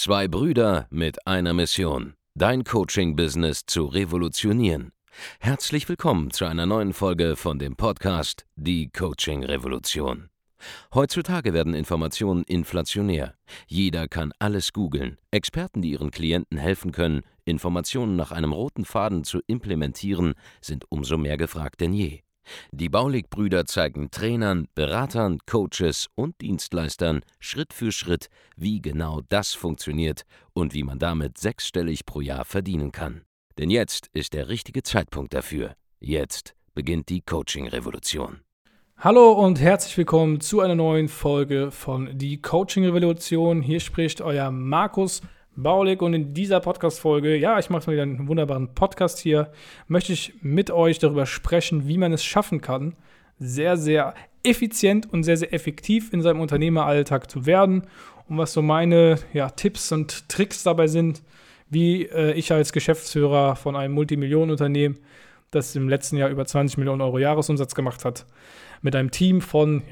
Zwei Brüder mit einer Mission, dein Coaching-Business zu revolutionieren. Herzlich willkommen zu einer neuen Folge von dem Podcast Die Coaching-Revolution. Heutzutage werden Informationen inflationär. Jeder kann alles googeln. Experten, die ihren Klienten helfen können, Informationen nach einem roten Faden zu implementieren, sind umso mehr gefragt denn je. Die Baulig-Brüder zeigen Trainern, Beratern, Coaches und Dienstleistern Schritt für Schritt, wie genau das funktioniert und wie man damit sechsstellig pro Jahr verdienen kann. Denn jetzt ist der richtige Zeitpunkt dafür. Jetzt beginnt die Coaching-Revolution. Hallo und herzlich willkommen zu einer neuen Folge von Die Coaching-Revolution. Hier spricht euer Markus Baulig und in dieser Podcast-Folge, ich mache mal wieder einen wunderbaren Podcast hier, möchte ich mit euch darüber sprechen, wie man es schaffen kann, sehr, sehr effizient und sehr, sehr effektiv in seinem Unternehmeralltag zu werden und was so meine Tipps und Tricks dabei sind, wie ich als Geschäftsführer von einem Multimillionenunternehmen, das im letzten Jahr über 20 Millionen Euro Jahresumsatz gemacht hat, mit einem Team von,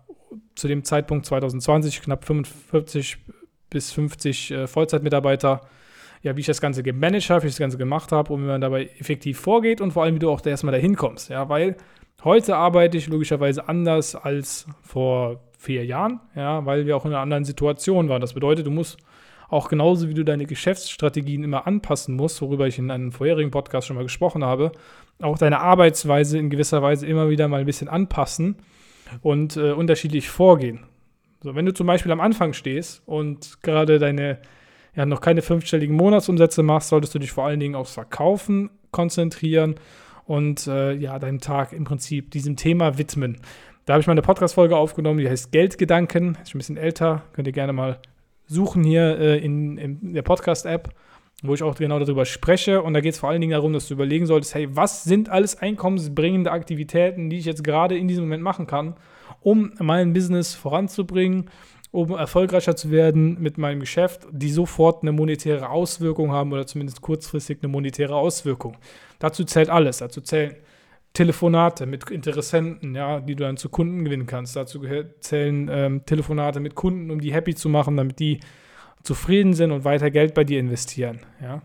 zu dem Zeitpunkt 2020 knapp 45 bis 50 Vollzeitmitarbeiter, wie ich das Ganze gemanagt habe, wie ich das Ganze gemacht habe und wie man dabei effektiv vorgeht und vor allem, wie du auch erstmal dahin kommst. Weil heute arbeite ich logischerweise anders als vor 4 Jahren, weil wir auch in einer anderen Situation waren. Das bedeutet, du musst auch genauso wie du deine Geschäftsstrategien immer anpassen musst, worüber ich in einem vorherigen Podcast schon mal gesprochen habe, auch deine Arbeitsweise in gewisser Weise immer wieder mal ein bisschen anpassen und unterschiedlich vorgehen. So, wenn du zum Beispiel am Anfang stehst und gerade deine noch keine 5-stelligen Monatsumsätze machst, solltest du dich vor allen Dingen aufs Verkaufen konzentrieren und deinen Tag im Prinzip diesem Thema widmen. Da habe ich mal eine Podcast-Folge aufgenommen, die heißt Geldgedanken, ist schon ein bisschen älter, könnt ihr gerne mal suchen hier in der Podcast-App, wo ich auch genau darüber spreche. Und da geht es vor allen Dingen darum, dass du überlegen solltest, hey, was sind alles einkommensbringende Aktivitäten, die ich jetzt gerade in diesem Moment machen kann, um mein Business voranzubringen, um erfolgreicher zu werden mit meinem Geschäft, die sofort eine monetäre Auswirkung haben oder zumindest kurzfristig eine monetäre Auswirkung. Dazu zählt alles. Dazu zählen Telefonate mit Interessenten, die du dann zu Kunden gewinnen kannst. Dazu zählen Telefonate mit Kunden, um die happy zu machen, damit die zufrieden sind und weiter Geld bei dir investieren.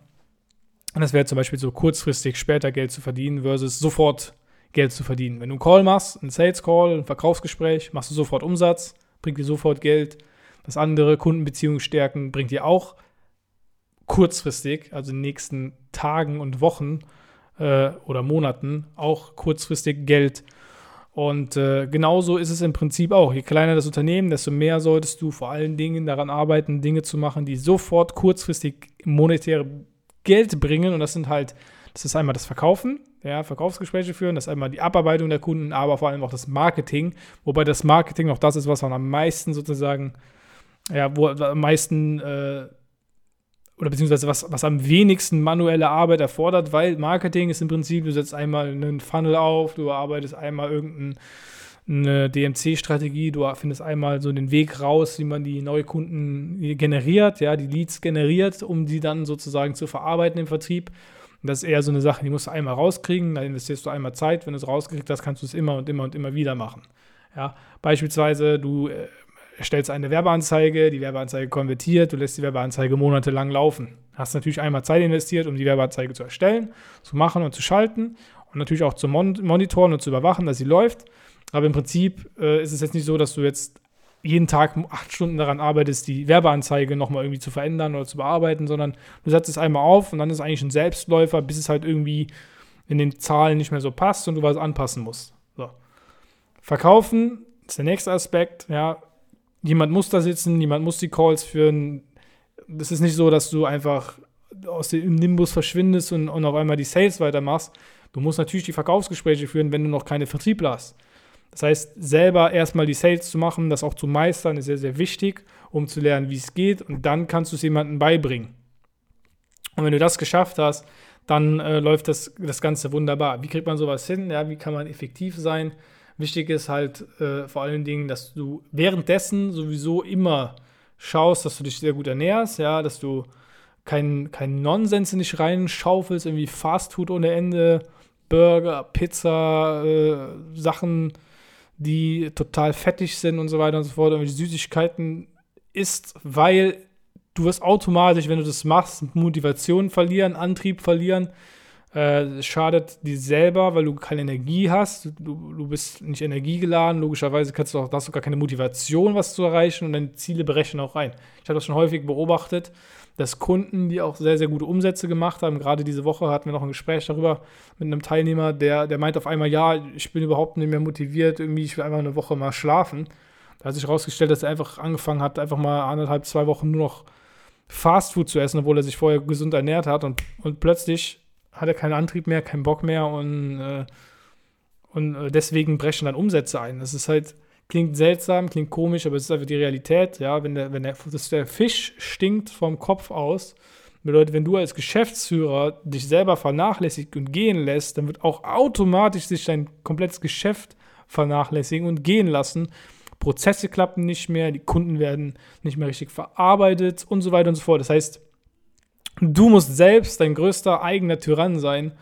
Und das wäre zum Beispiel so kurzfristig später Geld zu verdienen versus sofort Geld zu verdienen. Wenn du einen Call machst, einen Sales Call, ein Verkaufsgespräch, machst du sofort Umsatz, bringt dir sofort Geld. Das andere, Kundenbeziehungen stärken, bringt dir auch kurzfristig, also in den nächsten Tagen und Wochen oder Monaten, auch kurzfristig Geld. Und genauso ist es im Prinzip auch. Je kleiner das Unternehmen, desto mehr solltest du vor allen Dingen daran arbeiten, Dinge zu machen, die sofort kurzfristig monetäre Geld bringen. Und das ist einmal das Verkaufen, Verkaufsgespräche führen, das ist einmal die Abarbeitung der Kunden, aber vor allem auch das Marketing. Wobei das Marketing auch das ist, was man am meisten sozusagen, oder beziehungsweise was am wenigsten manuelle Arbeit erfordert, weil Marketing ist im Prinzip, du setzt einmal einen Funnel auf, du erarbeitest einmal irgendeine DMC-Strategie, du findest einmal so den Weg raus, wie man die Neukunden generiert, die Leads generiert, um die dann sozusagen zu verarbeiten im Vertrieb. Und das ist eher so eine Sache, die musst du einmal rauskriegen, da investierst du einmal Zeit, wenn du es rausgekriegt hast, kannst du es immer und immer und immer wieder machen. Beispielsweise, du erstellst eine Werbeanzeige, die Werbeanzeige konvertiert, du lässt die Werbeanzeige monatelang laufen. Hast natürlich einmal Zeit investiert, um die Werbeanzeige zu erstellen, zu machen und zu schalten und natürlich auch zu monitoren und zu überwachen, dass sie läuft. Aber im Prinzip ist es jetzt nicht so, dass du jetzt jeden Tag 8 Stunden daran arbeitest, die Werbeanzeige nochmal irgendwie zu verändern oder zu bearbeiten, sondern du setzt es einmal auf und dann ist es eigentlich ein Selbstläufer, bis es halt irgendwie in den Zahlen nicht mehr so passt und du was anpassen musst. So. Verkaufen ist der nächste Aspekt, Jemand muss da sitzen, jemand muss die Calls führen. Das ist nicht so, dass du einfach aus dem Nimbus verschwindest und auf einmal die Sales weitermachst. Du musst natürlich die Verkaufsgespräche führen, wenn du noch keine Vertriebler hast. Das heißt, selber erstmal die Sales zu machen, das auch zu meistern, ist sehr, sehr wichtig, um zu lernen, wie es geht. Und dann kannst du es jemandem beibringen. Und wenn du das geschafft hast, dann läuft das Ganze wunderbar. Wie kriegt man sowas hin? Wie kann man effektiv sein? Wichtig ist halt vor allen Dingen, dass du währenddessen sowieso immer schaust, dass du dich sehr gut ernährst, dass du keinen Nonsens in dich reinschaufelst, irgendwie Fastfood ohne Ende, Burger, Pizza, Sachen, die total fettig sind und so weiter und so fort, irgendwelche Süßigkeiten isst, weil du wirst automatisch, wenn du das machst, Motivation verlieren, Antrieb verlieren. Es schadet dir selber, weil du keine Energie hast. Du bist nicht energiegeladen. Logischerweise hast du gar keine Motivation, was zu erreichen, und deine Ziele brechen auch ein. Ich habe das schon häufig beobachtet, dass Kunden, die auch sehr, sehr gute Umsätze gemacht haben, gerade diese Woche hatten wir noch ein Gespräch darüber mit einem Teilnehmer, der meint auf einmal, ja, ich bin überhaupt nicht mehr motiviert, irgendwie, ich will einfach eine Woche mal schlafen. Da hat sich herausgestellt, dass er einfach angefangen hat, einfach mal 1,5, 2 Wochen nur noch Fastfood zu essen, obwohl er sich vorher gesund ernährt hat, und plötzlich hat er keinen Antrieb mehr, keinen Bock mehr, und deswegen brechen dann Umsätze ein. Das ist halt, klingt seltsam, klingt komisch, aber es ist einfach die Realität. Ja, wenn der Fisch stinkt vom Kopf aus, bedeutet, wenn du als Geschäftsführer dich selber vernachlässigt und gehen lässt, dann wird auch automatisch sich dein komplettes Geschäft vernachlässigen und gehen lassen. Prozesse klappen nicht mehr, die Kunden werden nicht mehr richtig verarbeitet und so weiter und so fort. Das heißt, du musst selbst dein größter eigener Tyrann sein,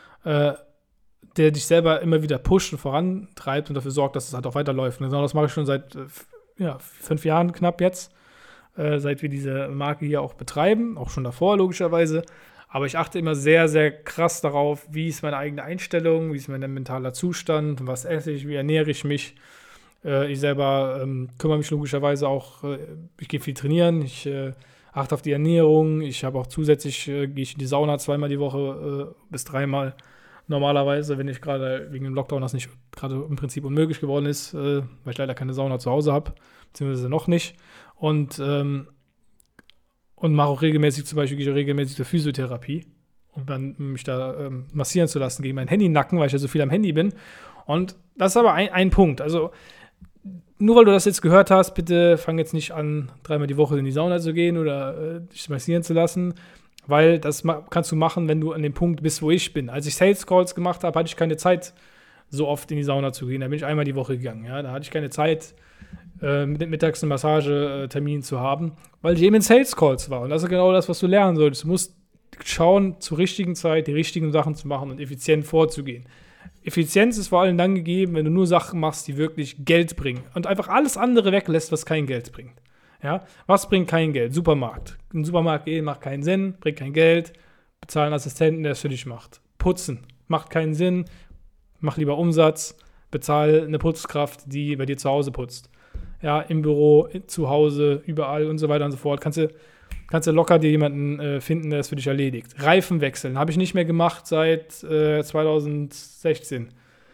der dich selber immer wieder pusht und vorantreibt und dafür sorgt, dass es halt auch weiterläuft. Und genau das mache ich schon seit 5 Jahren knapp jetzt, seit wir diese Marke hier auch betreiben, auch schon davor logischerweise. Aber ich achte immer sehr, sehr krass darauf, wie ist meine eigene Einstellung, wie ist mein mentaler Zustand, was esse ich, wie ernähre ich mich. Ich selber kümmere mich logischerweise auch, ich gehe viel trainieren, ich achte auf die Ernährung, ich habe auch zusätzlich, gehe ich in die Sauna 2-mal die Woche bis 3-mal. Normalerweise, wenn ich gerade wegen dem Lockdown das nicht gerade im Prinzip unmöglich geworden ist, weil ich leider keine Sauna zu Hause habe, beziehungsweise noch nicht. Und mache auch regelmäßig, zum Beispiel gehe ich regelmäßig zur Physiotherapie, um dann mich da massieren zu lassen gegen meinen Handynacken, weil ich ja so viel am Handy bin. Und das ist aber ein Punkt. Also nur weil du das jetzt gehört hast, bitte fang jetzt nicht an, 3-mal die Woche in die Sauna zu gehen oder dich massieren zu lassen. Weil das kannst du machen, wenn du an dem Punkt bist, wo ich bin. Als ich Sales Calls gemacht habe, hatte ich keine Zeit, so oft in die Sauna zu gehen. Da bin ich einmal die Woche gegangen. Ja? Da hatte ich keine Zeit, mittags einen Massagetermin zu haben, weil ich eben in Sales Calls war. Und das ist genau das, was du lernen solltest. Du musst schauen, zur richtigen Zeit die richtigen Sachen zu machen und effizient vorzugehen. Effizienz ist vor allem dann gegeben, wenn du nur Sachen machst, die wirklich Geld bringen. Und einfach alles andere weglässt, was kein Geld bringt. Ja, was bringt kein Geld? Supermarkt. In den Supermarkt gehen macht keinen Sinn, bringt kein Geld. Bezahl einen Assistenten, der es für dich macht. Putzen macht keinen Sinn, mach lieber Umsatz. Bezahl eine Putzkraft, die bei dir zu Hause putzt. Ja, im Büro, zu Hause, überall und so weiter und so fort. Kannst du locker dir jemanden finden, der es für dich erledigt. Reifen wechseln habe ich nicht mehr gemacht seit 2016.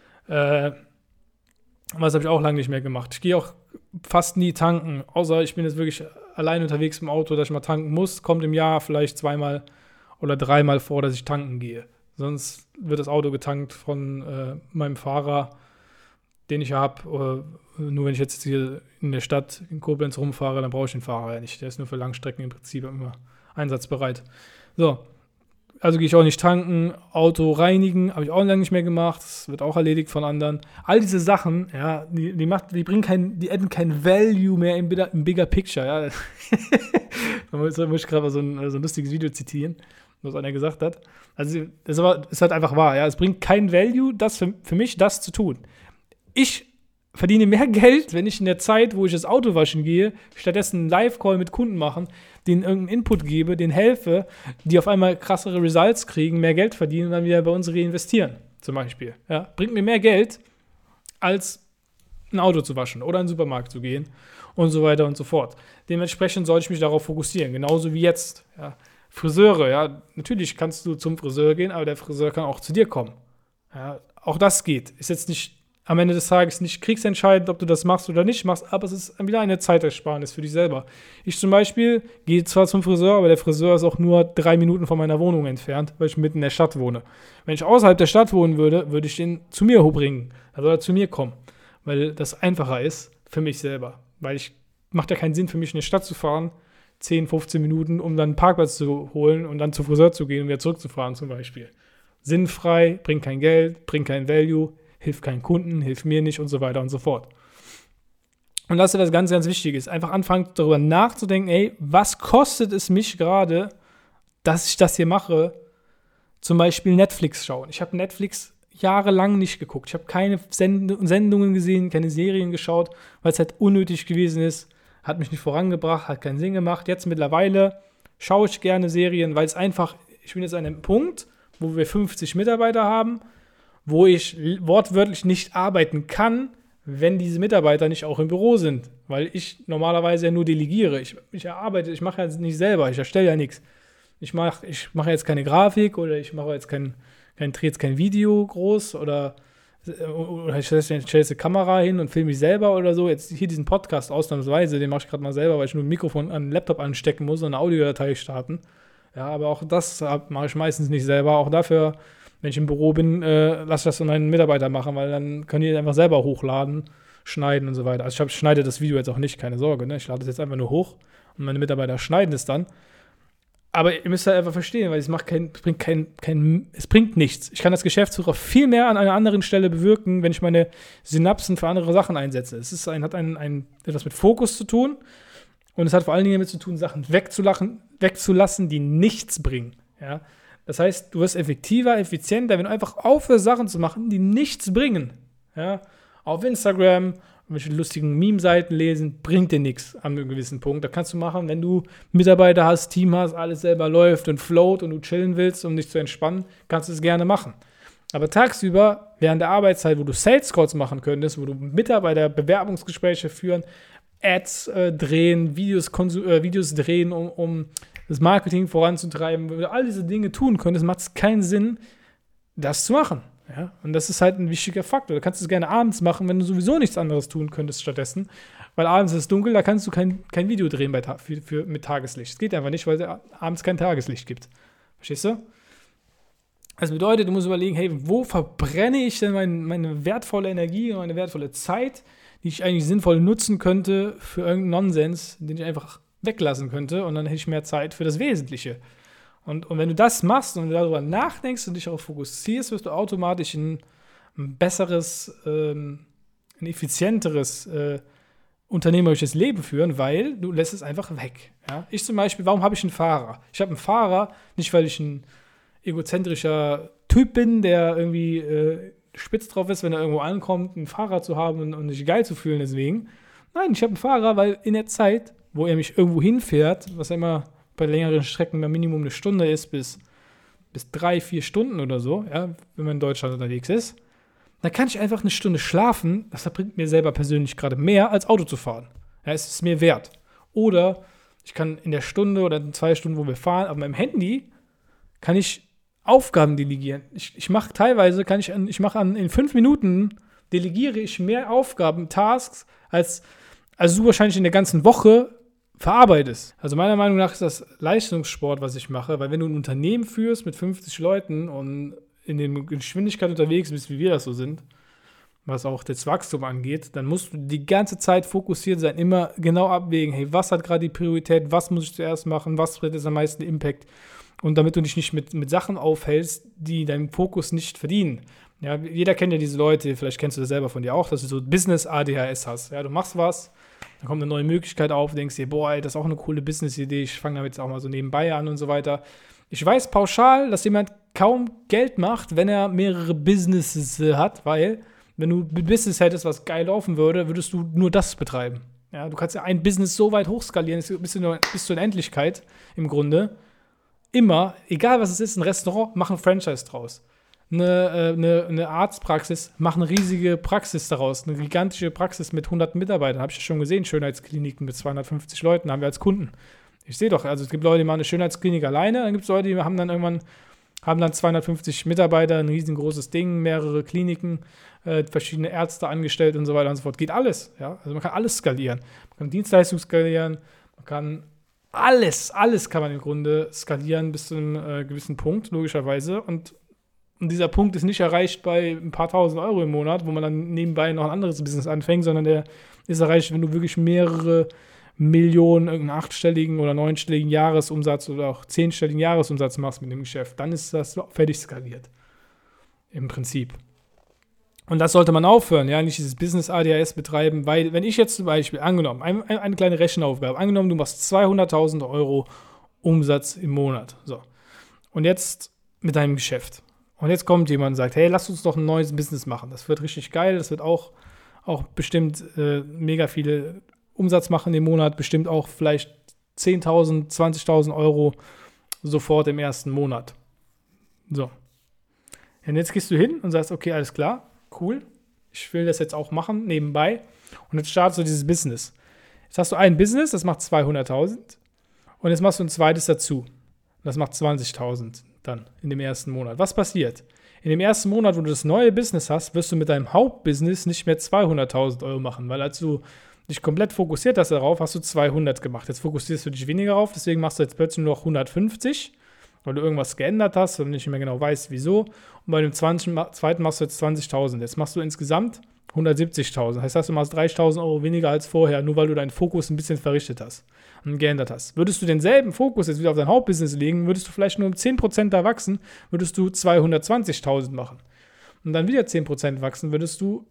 Was habe ich auch lange nicht mehr gemacht. Ich gehe auch fast nie tanken, außer ich bin jetzt wirklich allein unterwegs im Auto, dass ich mal tanken muss. Kommt im Jahr vielleicht 2-mal oder 3-mal vor, dass ich tanken gehe. Sonst wird das Auto getankt von meinem Fahrer, den ich habe. Nur wenn ich jetzt hier in der Stadt in Koblenz rumfahre, dann brauche ich den Fahrer ja nicht. Der ist nur für Langstrecken im Prinzip immer einsatzbereit. So, also gehe ich auch nicht tanken. Auto reinigen habe ich auch lange nicht mehr gemacht. Das wird auch erledigt von anderen. All diese Sachen, ja, die adden kein Value mehr im Bigger Picture. Ja. Da muss ich gerade mal so ein lustiges Video zitieren, was einer gesagt hat. Also das ist halt einfach wahr. Ja. Es bringt kein Value, das für mich das zu tun. Ich verdiene mehr Geld, wenn ich in der Zeit, wo ich das Auto waschen gehe, stattdessen einen Live-Call mit Kunden machen, denen irgendeinen Input gebe, denen helfe, die auf einmal krassere Results kriegen, mehr Geld verdienen und dann wieder bei uns reinvestieren, zum Beispiel. Ja, bringt mir mehr Geld, als ein Auto zu waschen oder in den Supermarkt zu gehen und so weiter und so fort. Dementsprechend sollte ich mich darauf fokussieren, genauso wie jetzt. Ja. Friseure, ja, natürlich kannst du zum Friseur gehen, aber der Friseur kann auch zu dir kommen. Ja, auch das geht. Ist jetzt nicht am Ende des Tages nicht kriegsentscheidend, ob du das machst oder nicht machst, aber es ist wieder eine Zeitersparnis für dich selber. Ich zum Beispiel gehe zwar zum Friseur, aber der Friseur ist auch nur 3 Minuten von meiner Wohnung entfernt, weil ich mitten in der Stadt wohne. Wenn ich außerhalb der Stadt wohnen würde, würde ich den zu mir bringen. Dann soll er zu mir kommen, weil das einfacher ist für mich selber. Weil macht ja keinen Sinn für mich, in die Stadt zu fahren, 10, 15 Minuten, um dann einen Parkplatz zu holen und dann zum Friseur zu gehen und wieder zurückzufahren zum Beispiel. Sinnfrei, bringt kein Geld, bringt kein Value, hilft keinen Kunden, hilft mir nicht und so weiter und so fort. Und das ist was ganz, ganz Wichtiges. Einfach anfangen, darüber nachzudenken, ey, was kostet es mich gerade, dass ich das hier mache? Zum Beispiel Netflix schauen. Ich habe Netflix jahrelang nicht geguckt. Ich habe keine Sendungen gesehen, keine Serien geschaut, weil es halt unnötig gewesen ist, hat mich nicht vorangebracht, hat keinen Sinn gemacht. Jetzt mittlerweile schaue ich gerne Serien, weil es einfach, ich bin jetzt an einem Punkt, wo wir 50 Mitarbeiter haben, wo ich wortwörtlich nicht arbeiten kann, wenn diese Mitarbeiter nicht auch im Büro sind, weil ich normalerweise ja nur delegiere. Ich mache ja nicht selber, ich erstelle ja nichts. Ich mache jetzt keine Grafik oder ich mache jetzt drehe jetzt kein Video groß oder ich stelle jetzt eine Kamera hin und filme mich selber oder so. Jetzt hier diesen Podcast ausnahmsweise, den mache ich gerade mal selber, weil ich nur ein Mikrofon an den Laptop anstecken muss und eine Audiodatei starten. Ja, aber auch das mache ich meistens nicht selber. Auch dafür, wenn ich im Büro bin, lasse ich das an einen Mitarbeiter machen, weil dann können die einfach selber hochladen, schneiden und so weiter. Also ich schneide das Video jetzt auch nicht, keine Sorge. Ne? Ich lade es jetzt einfach nur hoch und meine Mitarbeiter schneiden es dann. Aber ihr müsst halt einfach verstehen, weil es bringt nichts. Ich kann als Geschäftsführer viel mehr an einer anderen Stelle bewirken, wenn ich meine Synapsen für andere Sachen einsetze. Es hat etwas mit Fokus zu tun und es hat vor allen Dingen damit zu tun, Sachen wegzulassen, die nichts bringen. Ja? Das heißt, du wirst effektiver, effizienter, wenn du einfach aufhörst, Sachen zu machen, die nichts bringen. Ja? Auf Instagram, welche lustigen Meme-Seiten lesen, bringt dir nichts an einem gewissen Punkt. Da kannst du machen, wenn du Mitarbeiter hast, Team hast, alles selber läuft und float und du chillen willst, um dich zu entspannen, kannst du es gerne machen. Aber tagsüber, während der Arbeitszeit, wo du Sales Calls machen könntest, wo du Mitarbeiter Bewerbungsgespräche führen, Ads drehen, Videos drehen, um das Marketing voranzutreiben, wenn du all diese Dinge tun könntest, macht es keinen Sinn, das zu machen. Ja, und das ist halt ein wichtiger Faktor. Du kannst es gerne abends machen, wenn du sowieso nichts anderes tun könntest stattdessen. Weil abends ist es dunkel, da kannst du kein Video drehen mit Tageslicht. Das geht einfach nicht, weil es abends kein Tageslicht gibt. Verstehst du? Das bedeutet, du musst überlegen, hey, wo verbrenne ich denn meine wertvolle Energie und meine wertvolle Zeit, die ich eigentlich sinnvoll nutzen könnte für irgendeinen Nonsens, den ich einfach weglassen könnte und dann hätte ich mehr Zeit für das Wesentliche. Und wenn du das machst und darüber nachdenkst und dich darauf fokussierst, wirst du automatisch ein besseres, ein effizienteres unternehmerisches Leben führen, weil du lässt es einfach weg. Ja? Ich zum Beispiel, warum habe ich einen Fahrer? Ich habe einen Fahrer, nicht weil ich ein egozentrischer Typ bin, der irgendwie spitz drauf ist, wenn er irgendwo ankommt, einen Fahrer zu haben und sich geil zu fühlen deswegen. Nein, ich habe einen Fahrer, weil in der Zeit, wo er mich irgendwo hinfährt, was immer bei längeren Strecken Minimum eine Stunde ist, bis 3-4 Stunden oder so, ja, wenn man in Deutschland unterwegs ist, dann kann ich einfach eine Stunde schlafen. Das bringt mir selber persönlich gerade mehr, als Auto zu fahren. Ja, es ist mir wert. Oder ich kann in der Stunde oder in 2 Stunden, wo wir fahren, auf meinem Handy, kann ich Aufgaben delegieren. Ich mache teilweise, in 5 Minuten delegiere ich mehr Aufgaben, Tasks, als du wahrscheinlich in der ganzen Woche verarbeitest. Also meiner Meinung nach ist das Leistungssport, was ich mache, weil wenn du ein Unternehmen führst mit 50 Leuten und in der Geschwindigkeit unterwegs bist, wie wir das so sind, was auch das Wachstum angeht, dann musst du die ganze Zeit fokussiert sein, immer genau abwägen, hey, was hat gerade die Priorität, was muss ich zuerst machen, was bringt jetzt am meisten Impact und damit du dich nicht mit Sachen aufhältst, die deinen Fokus nicht verdienen. Ja, jeder kennt ja diese Leute, vielleicht kennst du das selber von dir auch, dass du so Business-ADHS hast. Ja, du machst was, dann kommt eine neue Möglichkeit auf, denkst dir, boah, ey, das ist auch eine coole Business-Idee, ich fange damit jetzt auch mal so nebenbei an und so weiter. Ich weiß pauschal, dass jemand kaum Geld macht, wenn er mehrere Businesses hat, weil, wenn du ein Business hättest, was geil laufen würde, würdest du nur das betreiben. Ja, du kannst ja ein Business so weit hochskalieren, bis zur Unendlichkeit im Grunde. Immer, egal was es ist, ein Restaurant, mach ein Franchise draus. Eine Arztpraxis, mach eine riesige Praxis daraus, eine gigantische Praxis mit 100 Mitarbeitern. Habe ich ja schon gesehen, Schönheitskliniken mit 250 Leuten haben wir als Kunden. Ich sehe doch, also es gibt Leute, die machen eine Schönheitsklinik alleine, dann gibt es Leute, die haben dann 250 Mitarbeiter, ein riesengroßes Ding, mehrere Kliniken, verschiedene Ärzte angestellt und so weiter und so fort. Geht alles, ja. Also man kann alles skalieren. Man kann Dienstleistungen skalieren, man kann alles kann man im Grunde skalieren bis zu einem gewissen Punkt, logischerweise. Und dieser Punkt ist nicht erreicht bei ein paar tausend Euro im Monat, wo man dann nebenbei noch ein anderes Business anfängt, sondern der ist erreicht, wenn du wirklich mehrere Millionen, irgendeinen 8-stelligen oder 9-stelligen Jahresumsatz oder auch 10-stelligen Jahresumsatz machst mit dem Geschäft. Dann ist das fertig skaliert. Im Prinzip. Und das sollte man aufhören, ja, nicht dieses Business-ADHS betreiben, weil, wenn ich jetzt zum Beispiel, angenommen, eine kleine Rechenaufgabe, angenommen, du machst 200.000 Euro Umsatz im Monat, so, und jetzt mit deinem Geschäft. Und jetzt kommt jemand und sagt, hey, lass uns doch ein neues Business machen. Das wird richtig geil, das wird auch bestimmt mega viele Umsatz machen im Monat, bestimmt auch vielleicht 10.000, 20.000 Euro sofort im ersten Monat. So. Und jetzt gehst du hin und sagst, okay, alles klar, cool, ich will das jetzt auch machen, nebenbei. Und jetzt startest du dieses Business. Jetzt hast du ein Business, das macht 200.000 und jetzt machst du ein zweites dazu. Das macht 20.000 dann in dem ersten Monat. Was passiert? In dem ersten Monat, wo du das neue Business hast, wirst du mit deinem Hauptbusiness nicht mehr 200.000 Euro machen, weil als du dich komplett fokussiert hast darauf, hast du 200 gemacht. Jetzt fokussierst du dich weniger auf, deswegen machst du jetzt plötzlich nur noch 150, weil du irgendwas geändert hast und nicht mehr genau weißt, wieso. Und bei dem zweiten machst du jetzt 20.000. Jetzt machst du insgesamt 170.000. Das heißt, du machst 30.000 Euro weniger als vorher, nur weil du deinen Fokus ein bisschen verrichtet hast und geändert hast. Würdest du denselben Fokus jetzt wieder auf dein Hauptbusiness legen, würdest du vielleicht nur um 10% da wachsen, würdest du 220.000 machen. Und dann wieder 10% wachsen, würdest du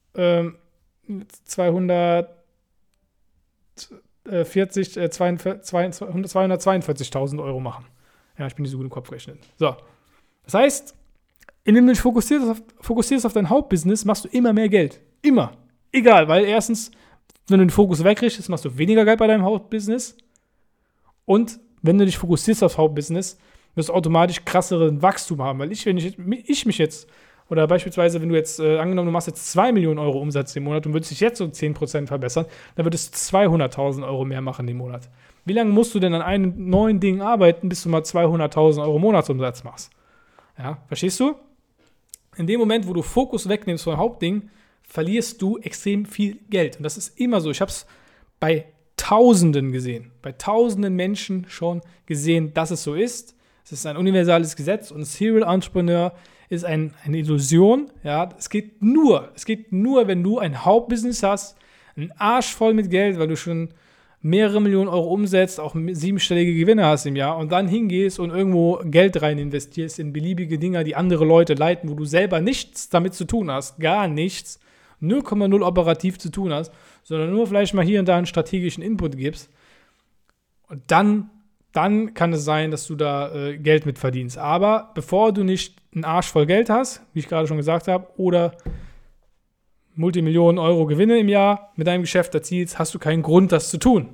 242.000 Euro machen. Ja, ich bin nicht so gut im Kopfrechnen. So. Das heißt, indem du dich fokussierst auf dein Hauptbusiness, machst du immer mehr Geld. Immer. Egal, weil erstens, wenn du den Fokus wegrichtest, machst du weniger Geld bei deinem Hauptbusiness. Und wenn du dich fokussierst aufs Hauptbusiness, wirst du automatisch krasseren Wachstum haben. Weil wenn ich mich jetzt, oder beispielsweise, wenn du jetzt, angenommen, du machst jetzt 2 Millionen Euro Umsatz im Monat und würdest dich jetzt um 10% verbessern, dann würdest du 200.000 Euro mehr machen im Monat. Wie lange musst du denn an einem neuen Ding arbeiten, bis du mal 200.000 Euro Monatsumsatz machst? Ja, verstehst du? In dem Moment, wo du Fokus wegnimmst vom Hauptding, verlierst du extrem viel Geld. Und das ist immer so. Ich habe es bei Tausenden gesehen, bei Tausenden Menschen schon gesehen, dass es so ist. Es ist ein universales Gesetz und Serial Entrepreneur ist eine Illusion. Ja, es geht nur, wenn du ein Hauptbusiness hast, einen Arsch voll mit Geld, weil du schon mehrere Millionen Euro umsetzt, auch 7-stellige Gewinne hast im Jahr und dann hingehst und irgendwo Geld rein investierst in beliebige Dinger, die andere Leute leiten, wo du selber nichts damit zu tun hast, gar nichts, 0,0 operativ zu tun hast, sondern nur vielleicht mal hier und da einen strategischen Input gibst. Und dann kann es sein, dass du da Geld mit verdienst. Aber bevor du nicht einen Arsch voll Geld hast, wie ich gerade schon gesagt habe, oder Multimillionen Euro Gewinne im Jahr mit deinem Geschäft erzielst, hast du keinen Grund, das zu tun.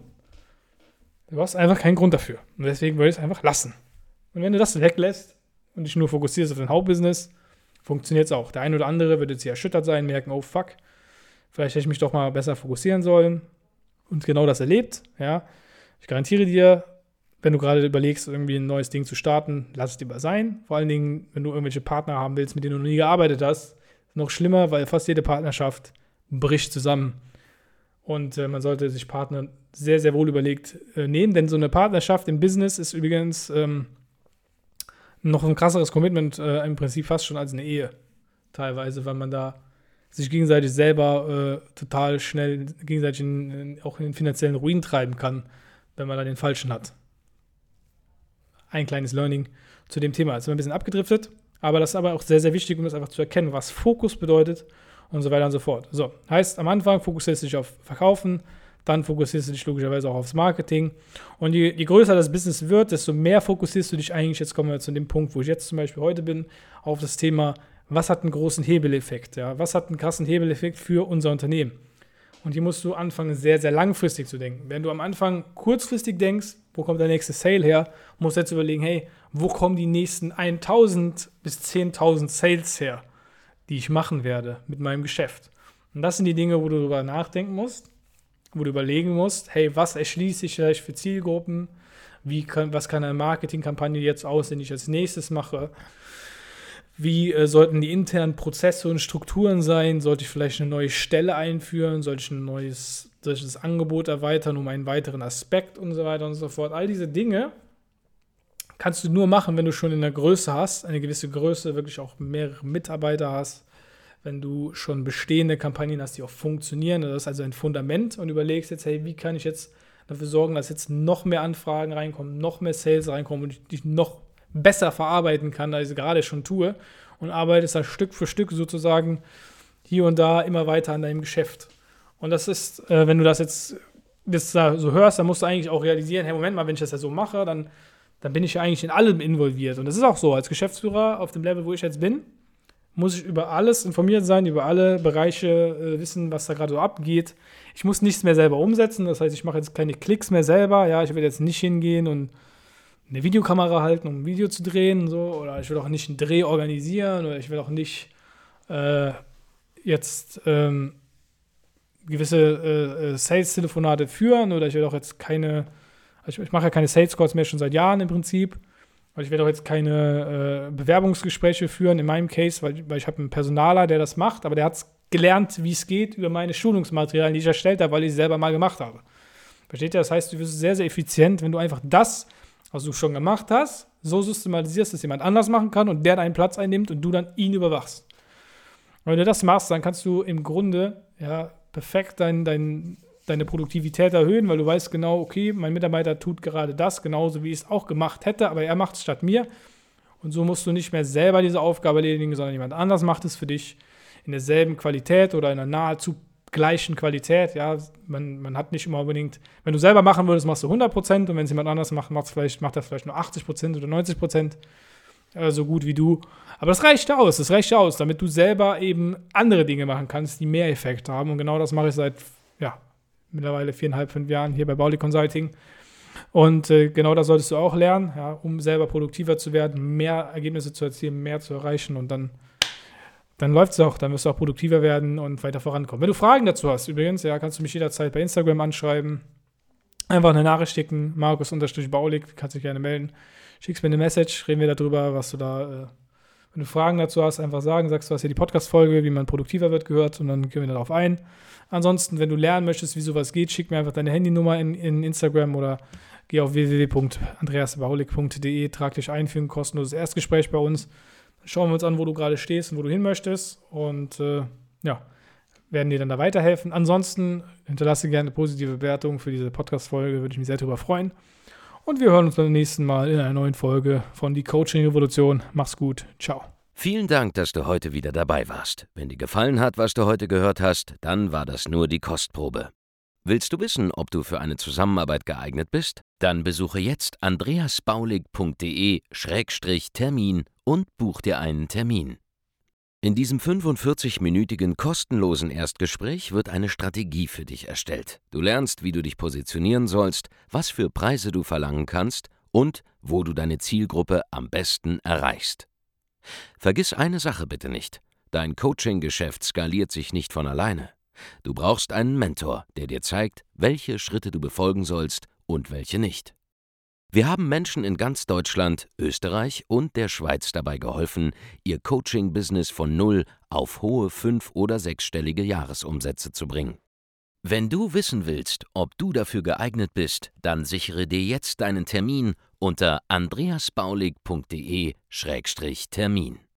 Du hast einfach keinen Grund dafür. Und deswegen würde ich es einfach lassen. Und wenn du das weglässt und dich nur fokussierst auf dein Hauptbusiness, funktioniert es auch. Der ein oder andere wird jetzt hier erschüttert sein, merken, oh fuck, vielleicht hätte ich mich doch mal besser fokussieren sollen und genau das erlebt. Ja. Ich garantiere dir, wenn du gerade überlegst, irgendwie ein neues Ding zu starten, lass es lieber sein. Vor allen Dingen, wenn du irgendwelche Partner haben willst, mit denen du noch nie gearbeitet hast, noch schlimmer, weil fast jede Partnerschaft bricht zusammen. Und man sollte sich Partner sehr, sehr wohl überlegt nehmen, denn so eine Partnerschaft im Business ist übrigens noch ein krasseres Commitment im Prinzip fast schon als eine Ehe. Teilweise, weil man da sich gegenseitig selber total schnell gegenseitig auch in den finanziellen Ruin treiben kann, wenn man da den Falschen hat. Ein kleines Learning zu dem Thema. Jetzt sind wir ein bisschen abgedriftet, aber das ist aber auch sehr, sehr wichtig, um das einfach zu erkennen, was Fokus bedeutet und so weiter und so fort. So, heißt, am Anfang fokussierst du dich auf Verkaufen, dann fokussierst du dich logischerweise auch aufs Marketing. Und je größer das Business wird, desto mehr fokussierst du dich eigentlich, jetzt kommen wir zu dem Punkt, wo ich jetzt zum Beispiel heute bin, auf das Thema, was hat einen großen Hebeleffekt? Ja? Was hat einen krassen Hebeleffekt für unser Unternehmen? Und hier musst du anfangen, sehr, sehr langfristig zu denken. Wenn du am Anfang kurzfristig denkst, wo kommt der nächste Sale her, musst du jetzt überlegen, hey, wo kommen die nächsten 1.000 bis 10.000 Sales her, die ich machen werde mit meinem Geschäft. Und das sind die Dinge, wo du darüber nachdenken musst, wo du überlegen musst, hey, was erschließe ich vielleicht für Zielgruppen, was kann eine Marketingkampagne jetzt aussehen, die ich als nächstes mache, wie sollten die internen Prozesse und Strukturen sein, sollte ich vielleicht eine neue Stelle einführen, sollte ich das Angebot erweitern um einen weiteren Aspekt und so weiter und so fort. All diese Dinge kannst du nur machen, wenn du schon in der Größe hast, eine gewisse Größe, wirklich auch mehrere Mitarbeiter hast, wenn du schon bestehende Kampagnen hast, die auch funktionieren. Das ist also ein Fundament und überlegst jetzt, hey, wie kann ich jetzt dafür sorgen, dass jetzt noch mehr Anfragen reinkommen, noch mehr Sales reinkommen und ich noch besser verarbeiten kann, als ich gerade schon tue und arbeitest dann Stück für Stück sozusagen hier und da immer weiter an deinem Geschäft. Und das ist, wenn du das da so hörst, dann musst du eigentlich auch realisieren, hey, Moment mal, wenn ich das ja so mache, dann bin ich ja eigentlich in allem involviert. Und das ist auch so, als Geschäftsführer auf dem Level, wo ich jetzt bin, muss ich über alles informiert sein, über alle Bereiche wissen, was da gerade so abgeht. Ich muss nichts mehr selber umsetzen, das heißt, ich mache jetzt keine Klicks mehr selber. Ja, ich will jetzt nicht hingehen und eine Videokamera halten, um ein Video zu drehen und so. Oder ich will auch nicht einen Dreh organisieren oder ich will auch nicht jetzt gewisse Sales-Telefonate führen oder ich will auch jetzt ich mache ja keine Sales-Calls mehr schon seit Jahren im Prinzip. Aber ich werde auch jetzt keine Bewerbungsgespräche führen in meinem Case, weil ich habe einen Personaler, der das macht, aber der hat gelernt, wie es geht über meine Schulungsmaterialien, die ich erstellt habe, weil ich sie selber mal gemacht habe. Versteht ihr? Das heißt, du wirst sehr, sehr effizient, wenn du einfach das, was du schon gemacht hast, so systematisierst, dass jemand anders machen kann und der deinen Platz einnimmt und du dann ihn überwachst. Und wenn du das machst, dann kannst du im Grunde perfekt deine Produktivität erhöhen, weil du weißt genau, okay, mein Mitarbeiter tut gerade das, genauso wie ich es auch gemacht hätte, aber er macht es statt mir. Und so musst du nicht mehr selber diese Aufgabe erledigen, sondern jemand anders macht es für dich in derselben Qualität oder in einer nahezu gleichen Qualität. Ja, man hat nicht immer unbedingt, wenn du selber machen würdest, machst du 100% und wenn es jemand anders macht, macht er vielleicht nur 80% oder 90%. So gut wie du. Aber das reicht aus, damit du selber eben andere Dinge machen kannst, die mehr Effekt haben. Und genau das mache ich seit, mittlerweile 4,5, 5 Jahren hier bei Baulig Consulting. Und genau das solltest du auch lernen, um selber produktiver zu werden, mehr Ergebnisse zu erzielen, mehr zu erreichen und dann läuft es auch, dann wirst du auch produktiver werden und weiter vorankommen. Wenn du Fragen dazu hast, übrigens, kannst du mich jederzeit bei Instagram anschreiben, einfach eine Nachricht schicken, Markus_Baulig, kannst dich gerne melden, schickst mir eine Message, reden wir darüber, was du da, wenn du Fragen dazu hast, einfach sagen, sagst du hast hier die Podcast-Folge, wie man produktiver wird, gehört und dann gehen wir darauf ein. Ansonsten, wenn du lernen möchtest, wie sowas geht, schick mir einfach deine Handynummer in Instagram oder geh auf www.andreasbaulig.de, trag dich ein für ein kostenloses Erstgespräch bei uns. Dann schauen wir uns an, wo du gerade stehst und wo du hin möchtest und werden dir dann da weiterhelfen. Ansonsten hinterlasse gerne eine positive Bewertung für diese Podcast-Folge, würde ich mich sehr darüber freuen. Und wir hören uns beim nächsten Mal in einer neuen Folge von Die Coaching-Revolution. Mach's gut. Ciao. Vielen Dank, dass du heute wieder dabei warst. Wenn dir gefallen hat, was du heute gehört hast, dann war das nur die Kostprobe. Willst du wissen, ob du für eine Zusammenarbeit geeignet bist? Dann besuche jetzt andreasbaulig.de/Termin und buch dir einen Termin. In diesem 45-minütigen kostenlosen Erstgespräch wird eine Strategie für dich erstellt. Du lernst, wie du dich positionieren sollst, was für Preise du verlangen kannst und wo du deine Zielgruppe am besten erreichst. Vergiss eine Sache bitte nicht: Dein Coaching-Geschäft skaliert sich nicht von alleine. Du brauchst einen Mentor, der dir zeigt, welche Schritte du befolgen sollst und welche nicht. Wir haben Menschen in ganz Deutschland, Österreich und der Schweiz dabei geholfen, ihr Coaching-Business von 0 auf hohe 5- oder 6-stellige Jahresumsätze zu bringen. Wenn du wissen willst, ob du dafür geeignet bist, dann sichere dir jetzt deinen Termin unter andreasbaulig.de/Termin.